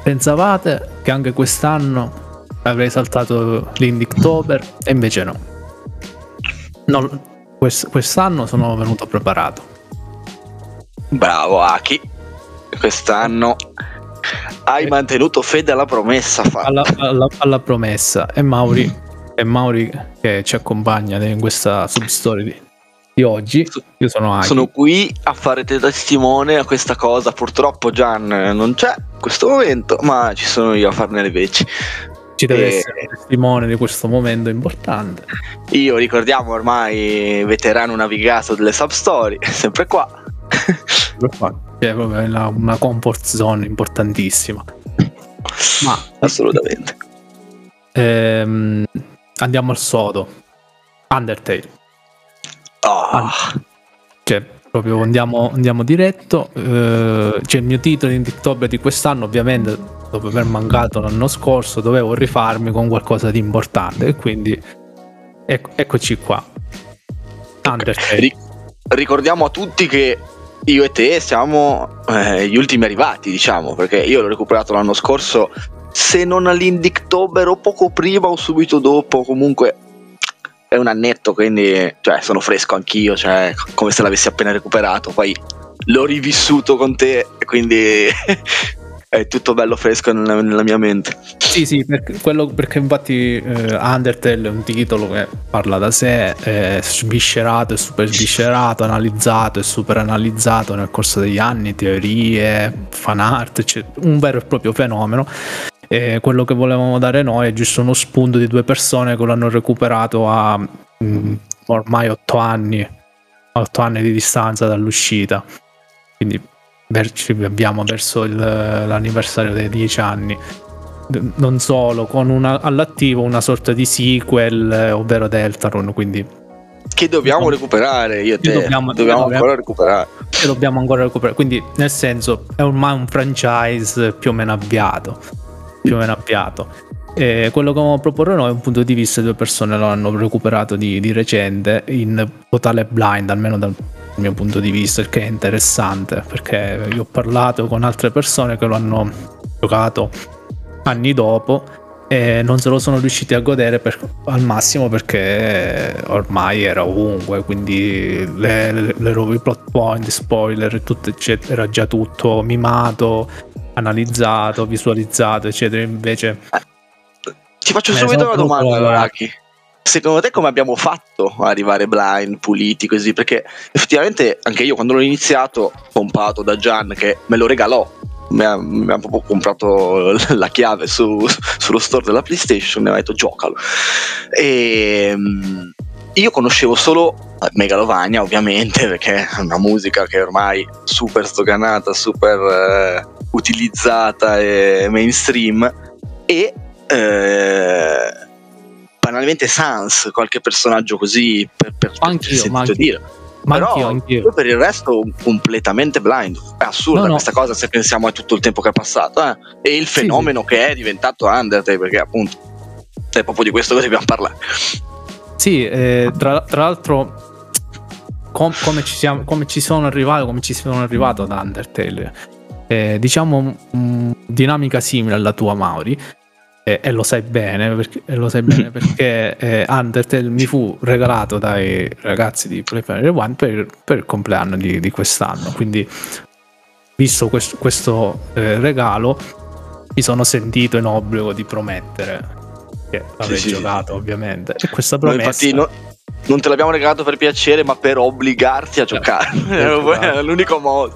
pensavate che anche quest'anno avrei saltato l'Indictober e invece no. Quest'anno sono venuto preparato. Bravo Aki, quest'anno hai mantenuto fede alla promessa fatta. Alla promessa. E Mauri che ci accompagna in questa substory di oggi. Io sono Aki. Sono qui a fare testimone a questa cosa. Purtroppo Gian non c'è in questo momento, ma ci sono io a farne le veci. Ci deve essere un testimone di questo momento importante. Io, ricordiamo, ormai veterano navigato delle substory, sempre qua. È proprio una comfort zone importantissima. Ma assolutamente. Andiamo al sodo. Undertale. Cioè, proprio andiamo diretto. C'è il mio titolo in Indictober di quest'anno, ovviamente dopo aver mancato l'anno scorso dovevo rifarmi con qualcosa di importante e quindi eccoci qua. Undertale. Ricordiamo a tutti che io e te siamo gli ultimi arrivati, diciamo, perché io l'ho recuperato l'anno scorso, se non all'Indictober o poco prima o subito dopo, comunque è un annetto, quindi cioè sono fresco anch'io, cioè come se l'avessi appena recuperato, poi l'ho rivissuto con te, quindi è tutto bello fresco nella mia mente. Sì, perché infatti Undertale è un titolo che parla da sé, è sviscerato, è super sviscerato, analizzato e super analizzato nel corso degli anni, teorie, fan art, cioè un vero e proprio fenomeno. E quello che volevamo dare noi è giusto uno spunto di due persone che l'hanno recuperato a ormai 8 anni di distanza dall'uscita, quindi ci abbiamo verso l'anniversario dei 10 anni. Non solo, con all'attivo una sorta di sequel, ovvero Deltarune, quindi che dobbiamo recuperare, io e te dobbiamo ancora recuperare. E dobbiamo ancora recuperare, quindi nel senso è ormai un franchise più o meno avviato. E quello che vogliamo proporre noi è un punto di vista, due persone lo hanno recuperato di recente in totale blind, almeno dal mio punto di vista, il che è interessante perché io ho parlato con altre persone che lo hanno giocato anni dopo e non se lo sono riusciti a godere al massimo perché ormai era ovunque, quindi le plot point, spoiler, tutto eccetera, era già tutto mimato, analizzato, visualizzato eccetera. Invece ti faccio subito una domanda, Araki. Secondo te come abbiamo fatto ad arrivare blind, puliti così? Perché effettivamente anche io quando l'ho iniziato, pompato da Gian che me lo regalò, mi ha proprio comprato la chiave sullo store della PlayStation e mi ha detto giocalo, e io conoscevo solo Megalovania, ovviamente, perché è una musica che è ormai super sdoganata, super utilizzata e mainstream, e banalmente Sans, qualche personaggio così per sentito dire. Però anch'io. Per il resto completamente blind. È assurda questa cosa se pensiamo a tutto il tempo che è passato, e il fenomeno che è diventato Undertale, perché appunto è proprio di questo che dobbiamo parlare. Sì, tra l'altro come ci sono arrivato ad Undertale, diciamo dinamica simile alla tua, Mauri, e lo sai bene perché Undertale mi fu regalato dai ragazzi di Playfire One per il compleanno di quest'anno, quindi visto questo regalo mi sono sentito in obbligo di promettere che avrei giocato, ovviamente, e questa promessa infatti non te l'abbiamo regalato per piacere ma per obbligarti a giocare. È l'unico modo.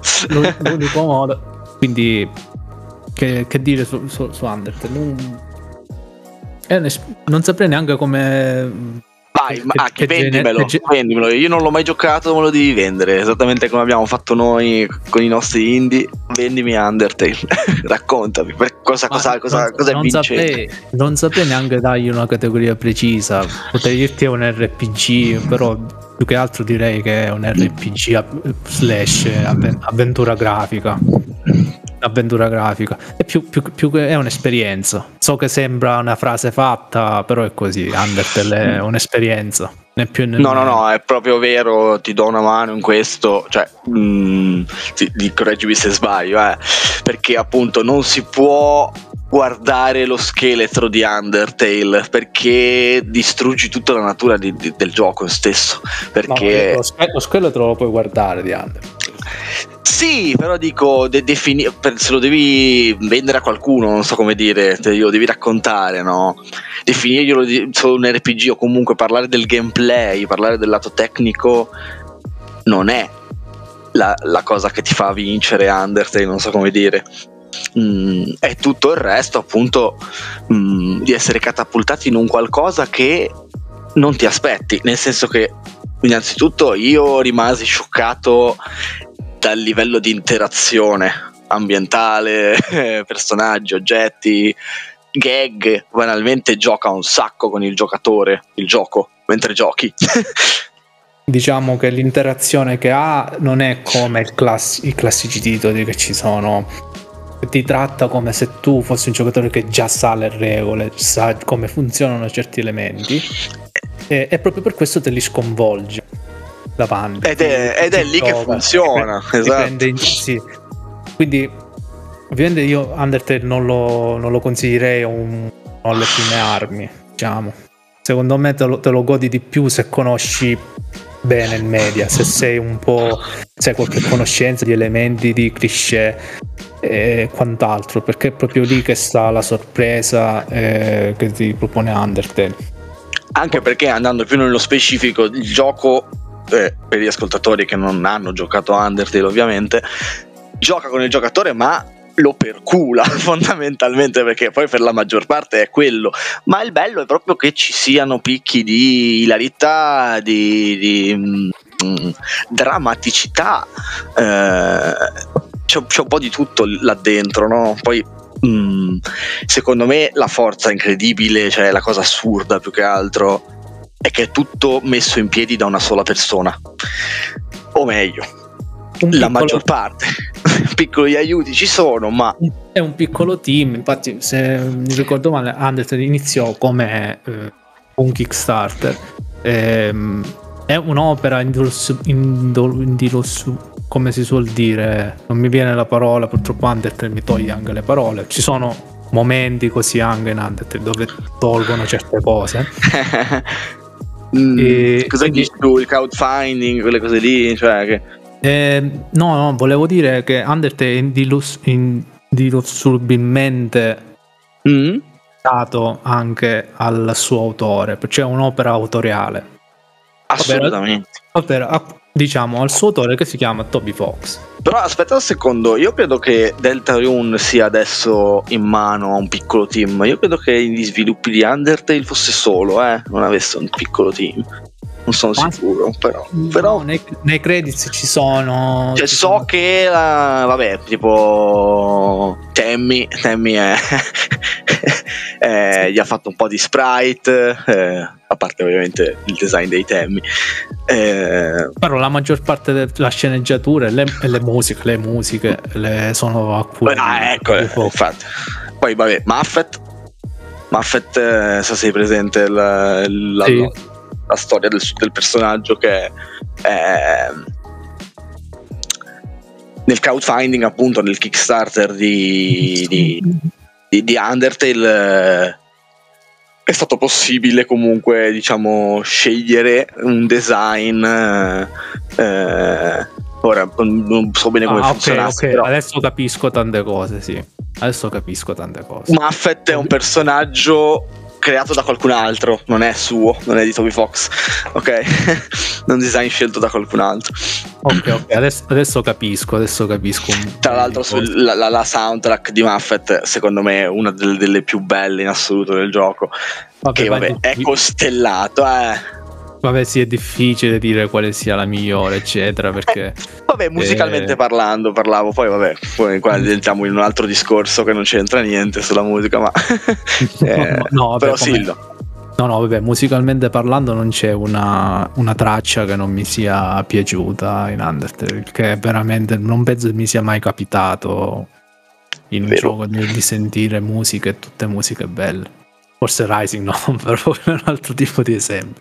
Quindi che dire su Undertale? Non saprei neanche come. Vai, vendimelo. Io non l'ho mai giocato, me lo devi vendere esattamente come abbiamo fatto noi con i nostri indie. Vendimi Undertale. Raccontami cosa è vincente. Non saprei neanche dargli una categoria precisa. Potrei dirti è un RPG, però più che altro direi che è un RPG / avventura grafica. avventura grafica. È più che è un'esperienza. So che sembra una frase fatta, però è così. Undertale è un'esperienza. Né più né No, meno. è proprio vero, ti do una mano in questo, cioè, correggimi se sbaglio, perché appunto non si può guardare lo scheletro di Undertale, perché distruggi tutta la natura del gioco stesso, perché... No, lo scheletro lo puoi guardare di Undertale. Sì, però dico, se lo devi vendere a qualcuno, non so come dire, lo devi raccontare, no? Definirglielo solo un RPG o comunque parlare del gameplay, parlare del lato tecnico, non è la cosa che ti fa vincere Undertale, non so come dire. È tutto il resto, appunto, di essere catapultati in un qualcosa che non ti aspetti, nel senso che innanzitutto io rimasi scioccato dal livello di interazione ambientale, personaggi, oggetti, gag. Banalmente gioca un sacco con il giocatore, il gioco, mentre giochi. Diciamo che l'interazione che ha non è come i classici titoli che ci sono. Ti tratta come se tu fossi un giocatore che già sa le regole, sa come funzionano certi elementi, e proprio per questo te li sconvolge davanti. Ed è lì che funziona, esatto. Sì. Quindi ovviamente io Undertale non lo consiglierei alle prime armi, diciamo. Secondo me te lo godi di più se conosci bene il media, se sei qualche conoscenza di elementi, di cliché e quant'altro, perché è proprio lì che sta la sorpresa che ti propone Undertale. Anche perché, andando più nello specifico, il gioco, per gli ascoltatori che non hanno giocato a Undertale, ovviamente gioca con il giocatore ma lo percula fondamentalmente, perché poi per la maggior parte è quello, ma il bello è proprio che ci siano picchi di ilarità, di drammaticità, c'è un po' di tutto là dentro, no? Poi secondo me la forza incredibile, cioè la cosa assurda più che altro, è che è tutto messo in piedi da una sola persona, o meglio, la maggior parte. Piccoli aiuti ci sono, ma è un piccolo team. Infatti, se mi ricordo male, Undertale iniziò come un Kickstarter, è un'opera come si suol dire, non mi viene la parola, purtroppo Undertale mi toglie anche le parole. Ci sono momenti così anche in Undertale dove tolgono certe cose. Cosa dici tu? Il crowdfunding, quelle cose lì, cioè che... no, volevo dire che Undertale è indissolubilmente dato anche al suo autore, perché è un'opera autoriale. Assolutamente. Ovvero, diciamo, al suo autore, che si chiama Toby Fox. Però aspetta un secondo, io credo che Deltarune sia adesso in mano a un piccolo team. Io credo che gli sviluppi di Undertale fosse solo, non avesse un piccolo team. Non sono sicuro, però no, nei credits ci sono, cioè, so che vabbè, tipo Tammy gli ha fatto un po' di sprite, a parte ovviamente il design dei Tammy, però la maggior parte della sceneggiatura e le musiche sono a cura ecco, infatti. Poi vabbè, Muffet, se sei presente, sì. La storia del personaggio che è nel crowdfunding, appunto nel Kickstarter di Undertale, è stato possibile comunque, diciamo, scegliere un design, ora non so bene come funzionasse, però adesso capisco tante cose, sì. Muffet è un personaggio creato da qualcun altro, non è suo, non è di Toby Fox, ok? Un design scelto da qualcun altro. Ok, adesso capisco. Tra l'altro la soundtrack di Muffet secondo me è una delle più belle in assoluto del gioco, che è costellato, Vabbè, sì, è difficile dire quale sia la migliore, eccetera, perché vabbè, musicalmente parlavo, poi qua entriamo in un altro discorso che non c'entra niente sulla musica, ma no, però sì. No, vabbè, musicalmente parlando non c'è una traccia che non mi sia piaciuta in Undertale, che veramente non penso mi sia mai capitato in un gioco di sentire musiche, tutte musiche belle. Forse Rising no, però è un altro tipo di esempio.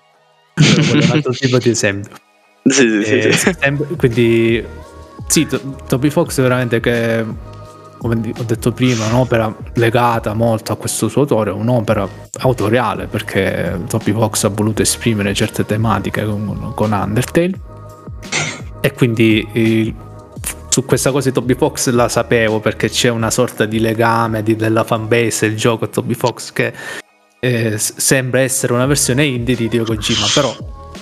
Sì. Quindi sì, Toby Fox veramente, che come ho detto prima, è un'opera legata molto a questo suo autore, un'opera autoriale, perché Toby Fox ha voluto esprimere certe tematiche con Undertale, e quindi su questa cosa di Toby Fox la sapevo, perché c'è una sorta di legame della fanbase del gioco Toby Fox, che sembra essere una versione indie di Hideo Kojima, però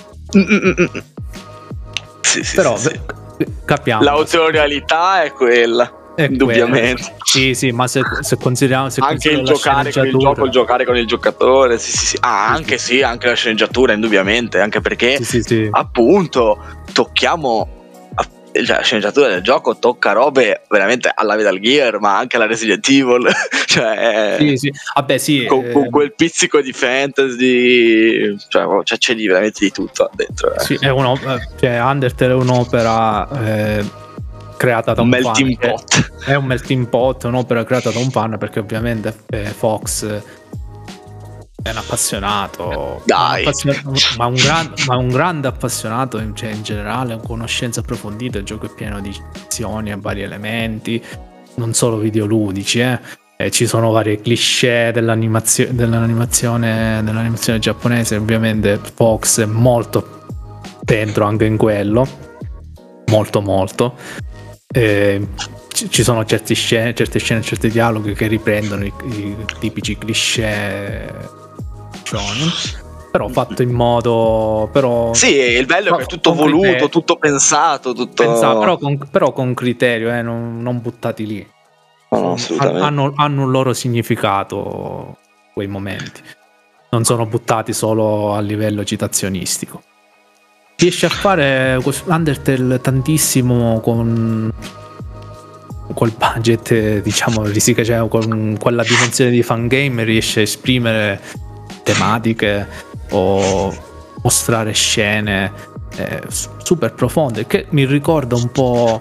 sì. Capiamo, l'autorialità è quella, indubbiamente. Sì, ma se consideriamo anche il giocare con il gioco, il giocare con il giocatore, sì. Anche la sceneggiatura, indubbiamente, anche perché appunto tocchiamo, la sceneggiatura del gioco tocca robe veramente alla Metal Gear, ma anche alla Resident Evil, cioè vabbè, sì, con quel pizzico di fantasy, cioè c'è veramente di tutto dentro. Sì, è Undertale è un'opera creata da un melting fan, pot. È un melting pot, un'opera creata da un fan, perché ovviamente Fox è un appassionato, ma un grande appassionato in generale, con conoscenze approfondite. Il gioco è pieno di azioni e vari elementi, non solo videoludici, ci sono varie cliché dell'animazione giapponese. Ovviamente Fox è molto dentro anche in quello, molto. Ci sono certe scene, certi dialoghi che riprendono i tipici cliché, però fatto in modo, sì, il bello è che è tutto voluto, criterio, tutto pensato, però con criterio, non buttati lì. No, assolutamente. Hanno un loro significato quei momenti, non sono buttati solo a livello citazionistico. Riesce a fare Undertale tantissimo con quel budget, diciamo, cioè con quella dimensione di fangame, riesce a esprimere tematiche o mostrare scene super profonde, che mi ricorda un po'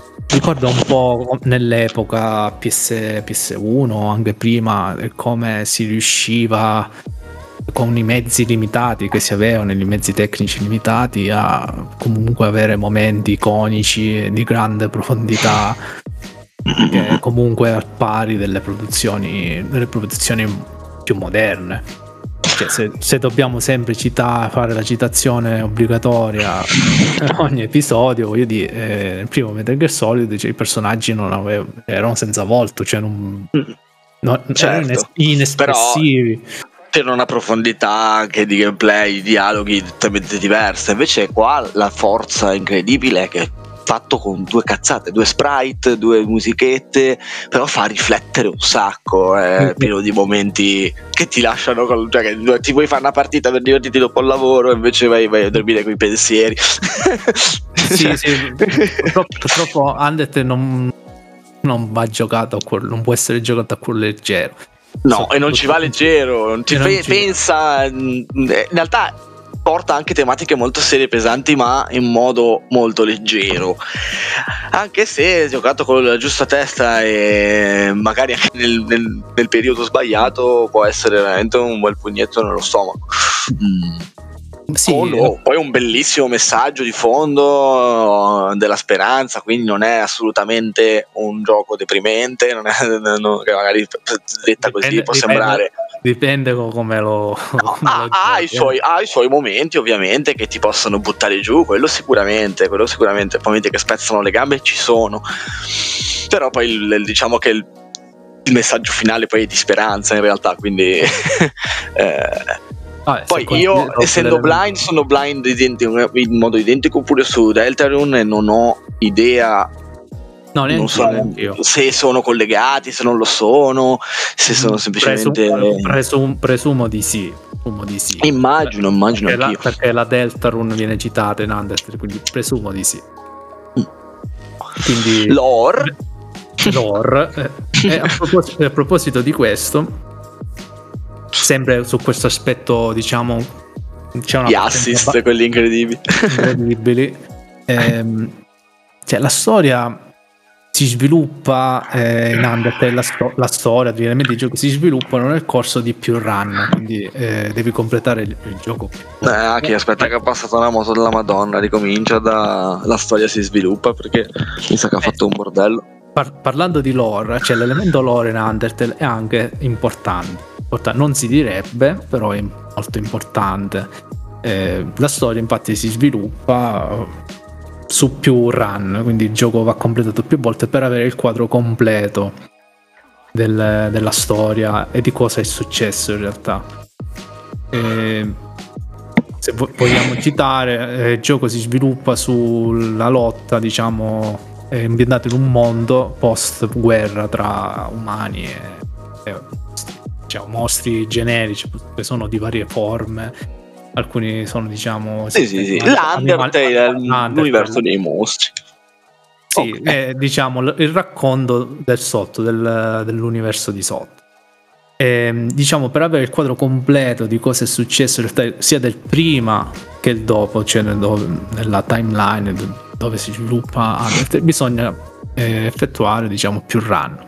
nell'epoca PS1, anche prima, come si riusciva con i mezzi limitati che si avevano, i mezzi tecnici limitati, a comunque avere momenti iconici di grande profondità, che comunque al pari delle produzioni più moderne. Cioè, se dobbiamo sempre fare la citazione obbligatoria ogni episodio, voglio dire, nel primo Metal Gear Solid, i personaggi erano senza volto, cioè erano inespressivi. Però c'era una profondità anche di gameplay, dialoghi totalmente diverse. Invece qua la forza incredibile è che è fatto con due cazzate, due sprite, due musichette, però fa riflettere un sacco, è pieno di momenti che ti lasciano, cioè che ti vuoi fare una partita per divertirti dopo il lavoro, invece vai a dormire con i pensieri. Sì. Purtroppo Undertale non va giocato non può essere giocato a cuore leggero. No, e non ci va leggero, non ci pensa. In realtà porta anche tematiche molto serie e pesanti, ma in modo molto leggero. Anche se giocato con la giusta testa e magari anche nel periodo sbagliato, può essere veramente un bel pugnetto nello stomaco. Sì, poi un bellissimo messaggio di fondo della speranza, quindi non è assolutamente un gioco deprimente, non è che magari detta così può sembrare. Dipende come lo ha i suoi momenti, ovviamente, che ti possono buttare giù, quello sicuramente momenti che spezzano le gambe ci sono, però poi diciamo che il messaggio finale poi è di speranza in realtà, quindi poi io, essendo blind, sono blind in modo identico pure su Deltarune, e non ho idea, non so se sono collegati, se non lo sono, se sono semplicemente presumo di sì. Immagino perché la Deltarune viene citata in Undertale, quindi presumo di sì. Quindi lore. E a proposito di questo, sempre su questo aspetto, diciamo, c'è una gli assist, quelli incredibili. Cioè, la storia si sviluppa in Undertale la storia, gli elementi di gioco si sviluppano nel corso di più run, quindi devi completare il gioco. Chi aspetta che ha passato una moto della Madonna, ricomincia la storia si sviluppa, perché mi sa che ha fatto un bordello. Parlando di lore, cioè l'elemento lore in Undertale è anche importante, non si direbbe, però è molto importante. La storia infatti si sviluppa su più run, quindi il gioco va completato più volte per avere il quadro completo della storia e di cosa è successo in realtà. Se vogliamo citare, il gioco si sviluppa sulla lotta, diciamo, è ambientato in un mondo post guerra tra umani e diciamo, mostri generici che sono di varie forme. Alcuni sono, diciamo, sì. L'Undertale è l'universo dei mostri. Sì, è, diciamo, il racconto del sotto, dell'universo di sotto. Diciamo, per avere il quadro completo di cosa è successo in realtà, sia del prima che il dopo, cioè nella timeline dove si sviluppa Undertale, bisogna effettuare, diciamo, più run,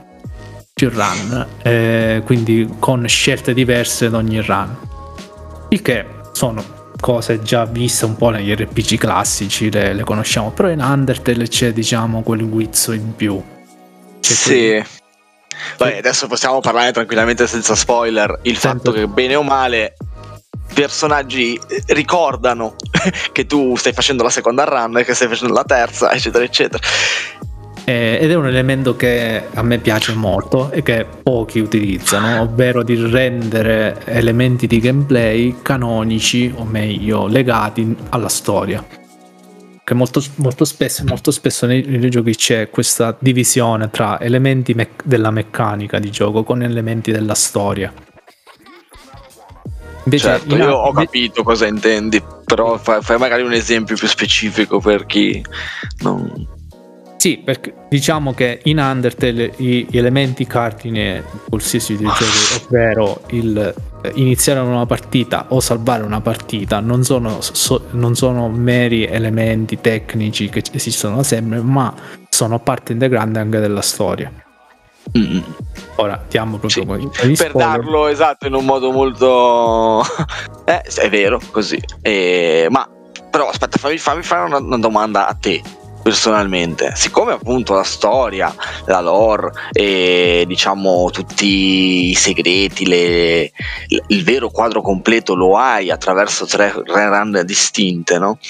quindi con scelte diverse ad ogni run, il che sono cose già viste un po' negli RPG classici, le conosciamo, però in Undertale c'è, diciamo, quel guizzo in più. Sì. Beh, adesso possiamo parlare tranquillamente senza spoiler. Il fatto che bene o male personaggi ricordano che tu stai facendo la seconda run e che stai facendo la terza, eccetera eccetera. Ed è un elemento che a me piace molto e che pochi utilizzano, ovvero di rendere elementi di gameplay canonici, o meglio legati alla storia, che molto spesso nei giochi c'è questa divisione tra elementi della meccanica di gioco con elementi della storia. Invece, certo, io ho capito cosa intendi, però fai magari un esempio più specifico per chi non... Sì, perché diciamo che in Undertale gli elementi cardine qualsiasi videogioco, ovvero il iniziare una partita o salvare una partita, non sono meri elementi tecnici che esistono da sempre, ma sono parte integrante anche della storia. Ora diamo proprio per darlo esatto in un modo molto è vero così, ma però aspetta, fammi fare una domanda a te personalmente. Siccome appunto la storia, la lore e diciamo tutti i segreti, il vero quadro completo lo hai attraverso tre run distinte, no?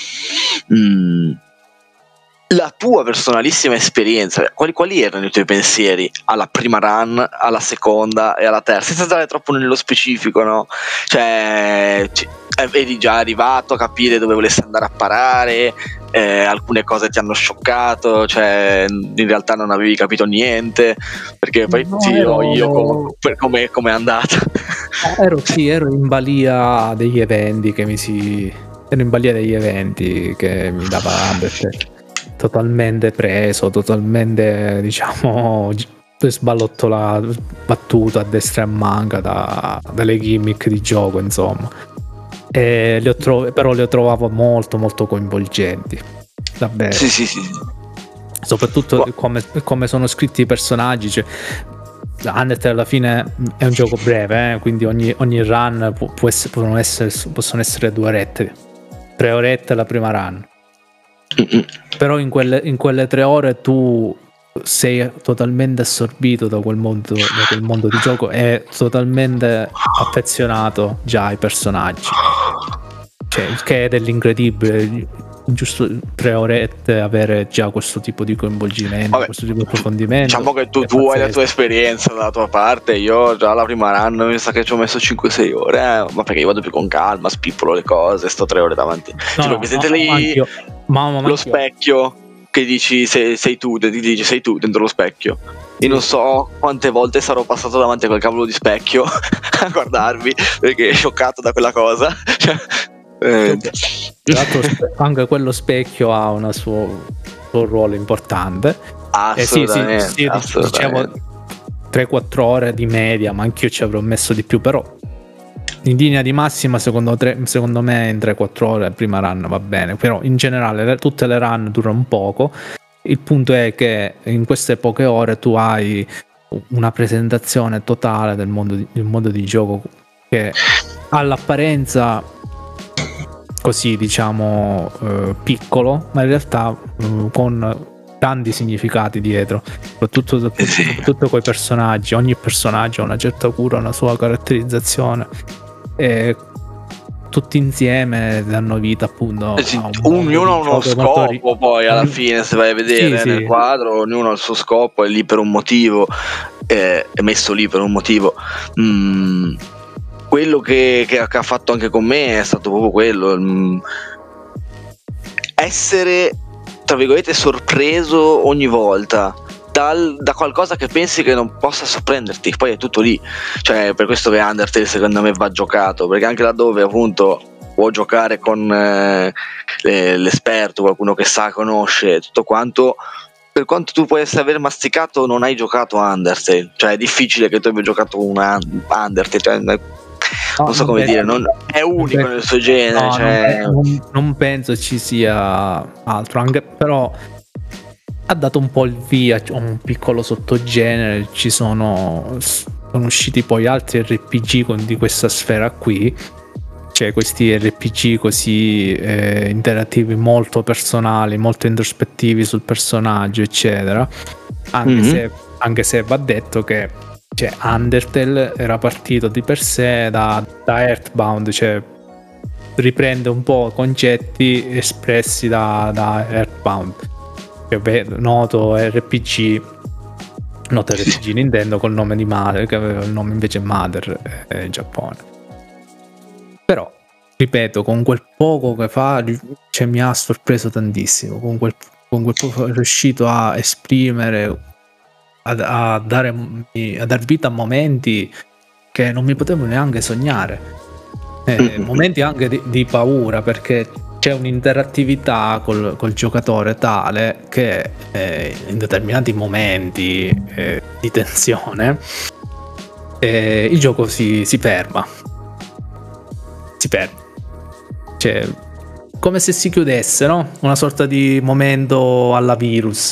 La tua personalissima esperienza, quali erano i tuoi pensieri alla prima run, alla seconda e alla terza, senza andare troppo nello specifico, no? Cioè eri già arrivato a capire dove volessi andare a parare, alcune cose ti hanno scioccato, cioè in realtà non avevi capito niente, perché poi io come è andata. Ero in balia degli eventi che mi dava Undertale. Totalmente preso, totalmente, diciamo, sballottolato, battuto a destra e a manca dalle gimmick di gioco, insomma. Però le trovavo molto molto coinvolgenti, davvero. Sì. Soprattutto come sono scritti i personaggi, cioè, Undertale alla fine è un gioco breve, quindi ogni run possono essere 2 orette, 3 orette la prima run. Però in quelle 3 ore tu sei totalmente assorbito da quel mondo di gioco e totalmente affezionato già ai personaggi, cioè, il che è dell'incredibile, giusto 3 orette avere già questo tipo di coinvolgimento. Vabbè, questo tipo di approfondimento. Diciamo che tu hai la tua esperienza dalla tua parte, io già la prima run mi sa che ci ho messo 5-6 ore, ma perché io vado più con calma, spippolo le cose, sto 3 ore davanti. Lo specchio che dici sei tu dentro lo specchio. Io non so quante volte sarò passato davanti a quel cavolo di specchio a guardarmi perché scioccato da quella cosa. Tra l'altro anche quello specchio ha un suo ruolo importante. Assolutamente, sì, dicevo 3-4 ore di media, ma anch'io ci avrò messo di più, però in linea di massima secondo me in 3-4 ore la prima run va bene, però in generale tutte le run durano un poco. il punto è che in queste poche ore tu hai una presentazione totale del mondo di gioco che all'apparenza così diciamo piccolo, ma in realtà con tanti significati dietro, soprattutto coi personaggi. Ogni personaggio ha una certa cura, una sua caratterizzazione, e tutti insieme danno vita appunto ognuno ha uno scopo poi alla fine, se vai a vedere nel quadro ognuno ha il suo scopo, è lì per un motivo, è messo lì per un motivo. Quello che ha fatto anche con me è stato proprio quello, essere tra virgolette sorpreso ogni volta da qualcosa che pensi che non possa sorprenderti, poi è tutto lì. Cioè, per questo che Undertale secondo me va giocato, perché anche laddove appunto può giocare con l'esperto, qualcuno che sa, conosce tutto quanto, per quanto tu puoi aver masticato, non hai giocato Undertale. Cioè è difficile che tu abbia giocato una Undertale, cioè, non so come dire, è unico nel suo genere. No, cioè... non penso ci sia altro, anche però ha dato un po' il via a un piccolo sottogenere. Ci sono usciti poi altri RPG di questa sfera qui, cioè questi RPG così interattivi, molto personali, molto introspettivi sul personaggio, eccetera. Anche se va detto che cioè Undertale era partito di per sé da Earthbound, cioè riprende un po' concetti espressi da Earthbound, che noto RPG Nintendo col nome di Mother, che aveva il nome invece Mother in Giappone. Però ripeto, con quel poco che fa, cioè, mi ha sorpreso tantissimo. Con quel poco è riuscito a esprimere, a dar vita a momenti che non mi potevo neanche sognare, momenti anche di paura, perché c'è un'interattività col giocatore tale che in determinati momenti di tensione il gioco si ferma, cioè come se si chiudesse, no? Una sorta di momento alla Virus.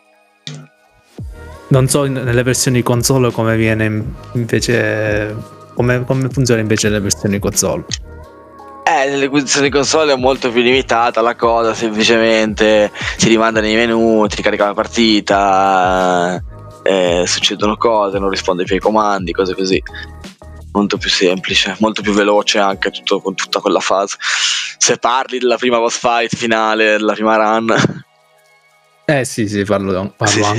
Non so nelle versioni console come viene invece, come funziona invece nelle versioni console. Nelle versioni console è molto più limitata la cosa, semplicemente si rimanda nei menu, ti ricarica la partita, succedono cose, non risponde più ai comandi, cose così. Molto più semplice, molto più veloce anche con tutta quella fase. Se parli della prima boss fight finale, della prima run. Sì, parlo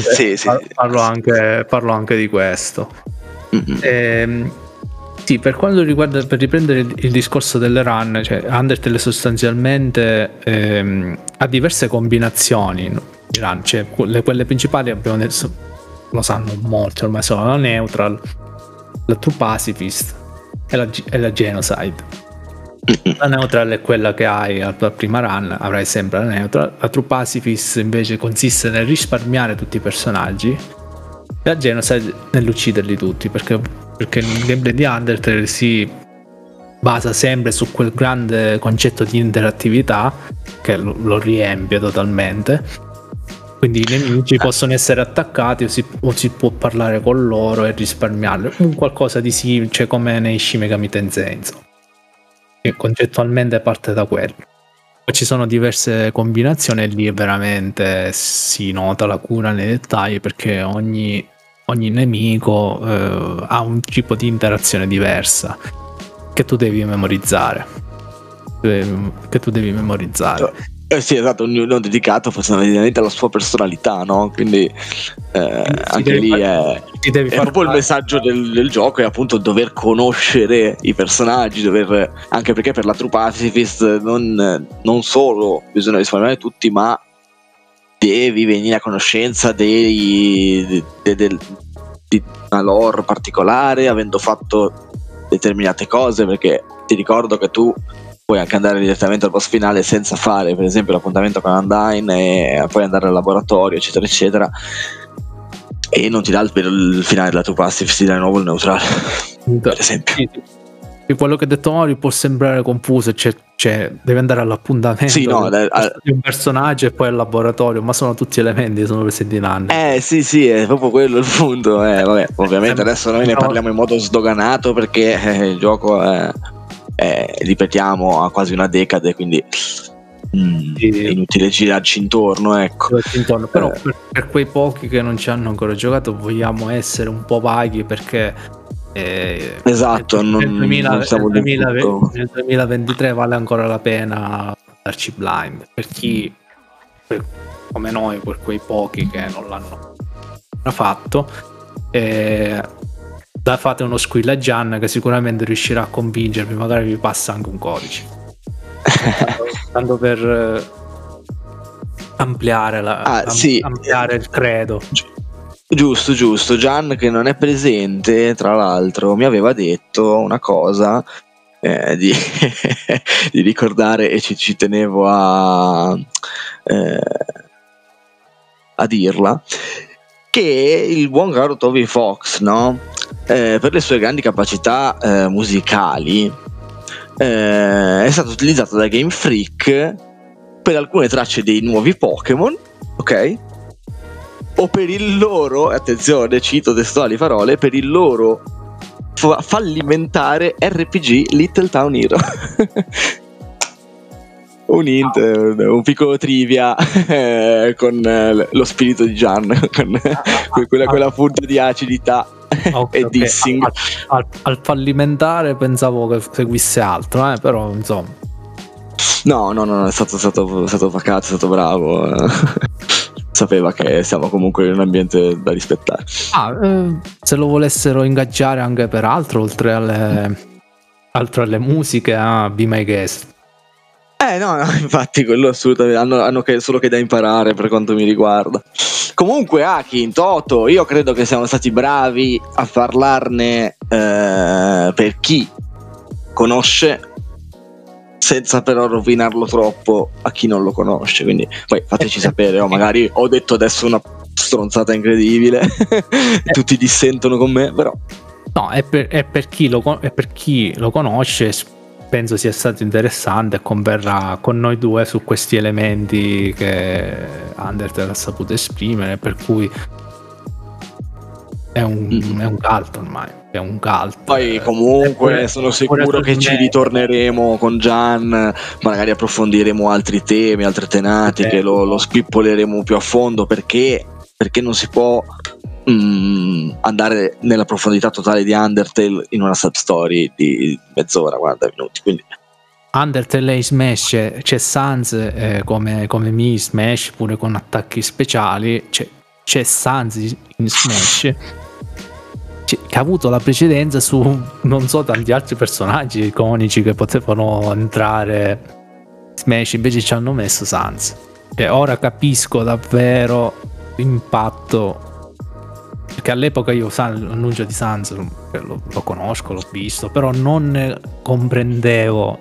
anche di questo. Sì, per quanto riguarda, per riprendere il discorso delle run, cioè Undertale sostanzialmente ha diverse combinazioni di run, cioè quelle principali abbiamo adesso, lo sanno molti ormai, sono la Neutral, la True Pacifist e la Genocide. La Neutral è quella che hai alla prima run, avrai sempre la Neutral. La True Pacifist invece consiste nel risparmiare tutti i personaggi, e la Genocide nell'ucciderli tutti, perché il gameplay di Undertale si basa sempre su quel grande concetto di interattività che lo riempie totalmente. Quindi i nemici possono essere attaccati o si può parlare con loro e risparmiarli, un qualcosa di simile, cioè come nei Shin Megami Tensei, insomma. E concettualmente parte da quello. Poi ci sono diverse combinazioni e lì veramente si nota la cura nei dettagli, perché ogni nemico ha un tipo di interazione diversa che tu devi memorizzare. Sì, esatto, ognuno dedicato fondamentalmente alla sua personalità, no? Quindi anche lì è proprio il messaggio del gioco, è appunto dover conoscere i personaggi, anche perché per la True Pacifist non solo bisogna risparmiare tutti, ma devi venire a conoscenza di una lore particolare, avendo fatto determinate cose, perché ti ricordo che tu puoi anche andare direttamente al boss finale senza fare per esempio l'appuntamento con Undyne e poi andare al laboratorio, eccetera eccetera, e non ti dà il finale della tua passive, ti dà di nuovo il neutrale, per esempio. quello che ha detto Mauri può sembrare confuso, cioè deve andare all'appuntamento Sì, no, di un personaggio e poi al laboratorio, ma sono tutti elementi, sono presenti in anni. Sì, è proprio quello il punto. Vabbè, ovviamente adesso noi ne parliamo in modo sdoganato perché il gioco ripetiamo, ha quasi una decade, quindi è inutile girarci intorno, ecco. Però per quei pochi che non ci hanno ancora giocato vogliamo essere un po' vaghi, perché esatto, nel 2023 vale ancora la pena darci Blind per chi come noi, per quei pochi che non l'hanno fatto. Fate uno squill a Gian che sicuramente riuscirà a convincervi, magari vi passa anche un codice tanto per ampliare ampliare il credo. Giusto, Gian, che non è presente, tra l'altro mi aveva detto una cosa di ricordare, e ci tenevo a dirla, che il buon caro Toby Fox, no? Per le sue grandi capacità musicali è stato utilizzato da Game Freak per alcune tracce dei nuovi Pokémon, ok? O per il loro, attenzione, cito testuali parole, per il loro fallimentare RPG Little Town Hero. Un hint, un piccolo trivia con lo spirito di Gian, con quella punta di acidità e dissing. Al fallimentare pensavo che seguisse altro, però insomma. No, è stato pacato, è stato bravo. Sapeva che siamo comunque in un ambiente da rispettare. Se lo volessero ingaggiare anche per altro, oltre alle musiche, Be My Guest. No, infatti quello assolutamente hanno solo che da imparare per quanto mi riguarda. Comunque Aki, in toto, io credo che siamo stati bravi a parlarne per chi conosce, senza però rovinarlo troppo a chi non lo conosce, quindi poi fateci sapere, magari ho detto adesso una stronzata incredibile tutti dissentono con me, però no, è per chi lo conosce. Penso sia stato interessante e converrà con noi due su questi elementi che Undertale ha saputo esprimere, per cui è un cult ormai, è un cult. Poi comunque sono sicuro che ci ritorneremo con Gian, magari approfondiremo altri temi, altre tematiche, lo spippoleremo più a fondo, perché non si può andare nella profondità totale di Undertale in una sub-story di mezz'ora, 40 minuti, quindi Undertale e Smash, c'è Sans come Mi Smash, pure con attacchi speciali, c'è Sans in Smash che ha avuto la precedenza su non so tanti altri personaggi iconici che potevano entrare Smash, invece ci hanno messo Sans, e ora capisco davvero l'impatto, perché all'epoca io l'annuncio di Sans lo conosco, l'ho visto, però non ne comprendevo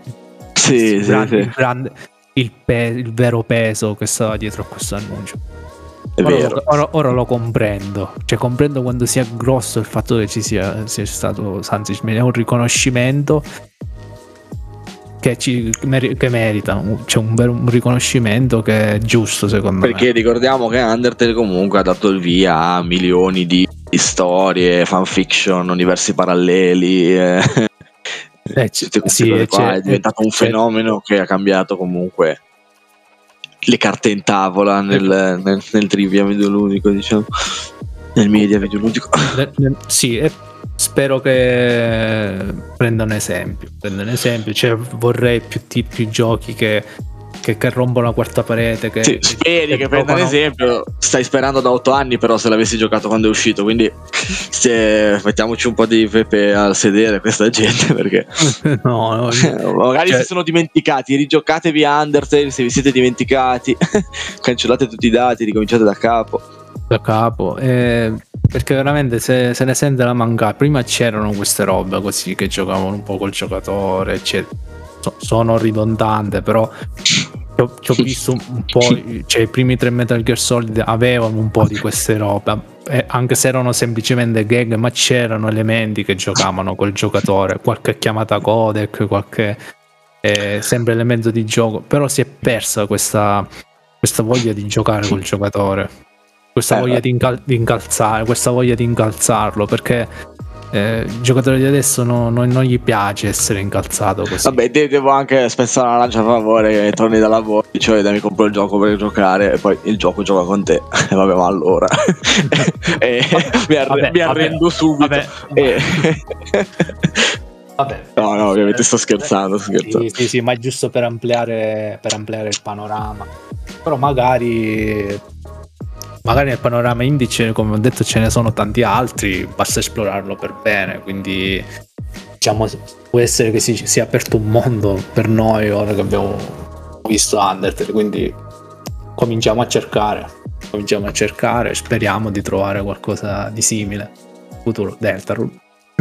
il vero peso che stava dietro a questo annuncio. Ora lo comprendo, comprendo quando sia grosso il fatto che ci sia stato Sans, è un riconoscimento che merita, c'è un riconoscimento che è giusto, secondo me, perché ricordiamo che Undertale comunque ha dato il via a milioni di storie, fanfiction, universi paralleli, tutte queste cose qua. È diventato un fenomeno che ha cambiato comunque le carte in tavola nel trivia videoludico, diciamo, nel media videoludico. Sì, spero che prendano esempio, vorrei più giochi che rompono la quarta parete, speri che prendano esempio. Stai sperando da 8 anni, però se l'avessi giocato quando è uscito, quindi mettiamoci un po' di pepe al sedere questa gente, perché no, magari si sono dimenticati. Rigiocatevi Undertale se vi siete dimenticati, cancellate tutti i dati, ricominciate da capo, perché veramente se ne sente la mancata. Prima c'erano queste robe così che giocavano un po' col giocatore, eccetera. Sono ridondante, però ci ho visto un po', i primi 3 Metal Gear Solid avevano un po' di queste robe, anche se erano semplicemente gag, ma c'erano elementi che giocavano col giocatore, qualche chiamata codec, qualche sempre elemento di gioco, però si è persa questa voglia di giocare col giocatore, questa voglia di incalzare, questa voglia di incalzarlo, perché il giocatore di adesso non gli piace essere incalzato così. Vabbè, devo anche spezzare una lancia a favore, che torni da lavoro, cioè mi compro il gioco per giocare e poi il gioco gioca con te. Vabbè, ma allora mi arrendo subito. Vabbè. No, ovviamente sto scherzando. Sì, ma è giusto per ampliare il panorama. Però magari nel panorama indie, come ho detto, ce ne sono tanti altri, basta esplorarlo per bene, quindi diciamo può essere che si sia aperto un mondo per noi ora che abbiamo visto Undertale, quindi cominciamo a cercare, speriamo di trovare qualcosa di simile futuro. Deltarune.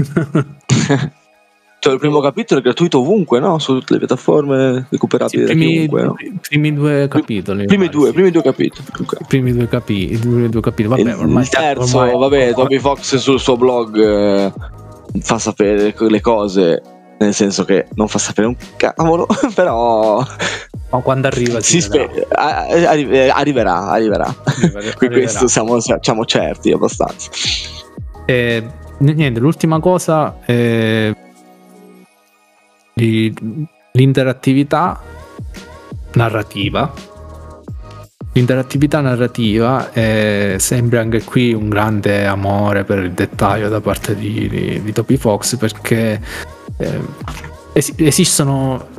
Cioè, il primo capitolo è gratuito ovunque, no? Su tutte le piattaforme, recuperabili da chiunque, no? Primi due capitoli. Primi due capitoli. Primi due capitoli. Vabbè, ormai il terzo, Toby Fox sul suo blog fa sapere le cose, nel senso che non fa sapere un cavolo, però... Ma quando arriva arriverà. Qui questo siamo certi abbastanza. Niente, l'ultima cosa... L'interattività narrativa sembra anche qui un grande amore per il dettaglio da parte di Toby Fox, perché esistono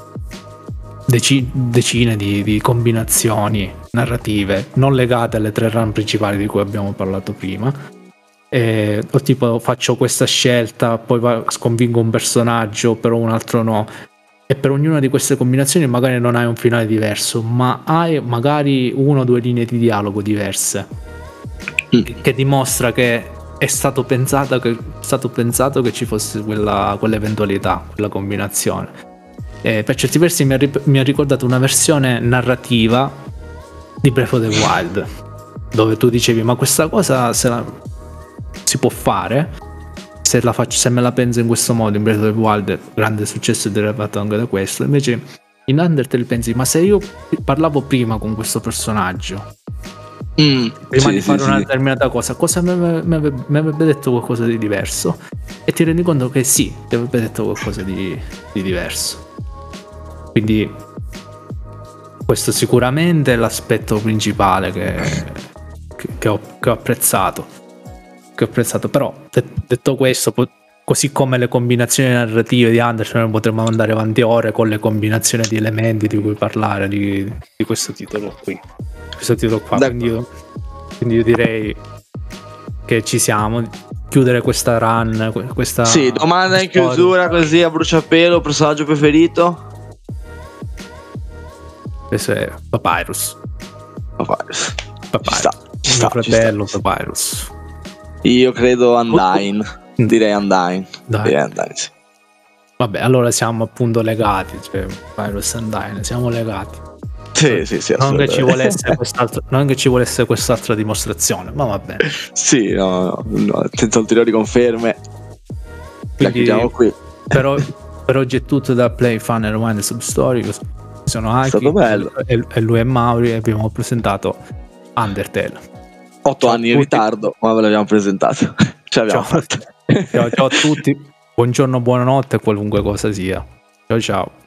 decine di combinazioni narrative non legate alle 3 run principali di cui abbiamo parlato prima. O tipo faccio questa scelta, poi sconfingo un personaggio, però un altro no, e per ognuna di queste combinazioni magari non hai un finale diverso, ma hai magari 1 o 2 linee di dialogo diverse, che dimostra che è stato pensato che ci fosse quell'eventualità, quella combinazione. Per certi versi mi ha ricordato una versione narrativa di Breath of the Wild, dove tu dicevi ma questa cosa si può fare se me la penso in questo modo. In Breath of the Wild grande successo è derivato anche da questo. Invece in Undertale pensi, ma se io parlavo prima con questo personaggio prima di fare una determinata cosa mi avrebbe detto qualcosa di diverso, e ti rendi conto che sì, ti avrebbe detto qualcosa di diverso. Quindi questo sicuramente è l'aspetto principale che ho apprezzato. Però detto questo, così come le combinazioni narrative di Undertale, potremmo andare avanti ore con le combinazioni di elementi di cui parlare di questo titolo qua. Quindi io direi che ci siamo. Chiudere questa run, questa... Sì, domanda in chiusura così a bruciapelo, personaggio preferito? Questo è Papyrus. Mio fratello Papyrus. Io credo Undyne. Direi Undyne. Sì. Vabbè, allora siamo appunto legati, cioè Papyrus e Undyne, siamo legati. Sì, non che ci volesse quest'altra dimostrazione, ma va bene. Sì, no, senza ulteriori conferme. La chiudiamo qui. Per oggi è tutto da Play, Fun and Rewind Substory. Sono Aki, è stato bello. E lui è Mauri, e abbiamo presentato Undertale. 8 anni in ritardo, ma ve l'abbiamo presentato. Ce l'abbiamo fatta. Ciao a tutti, buongiorno, buonanotte, qualunque cosa sia. Ciao.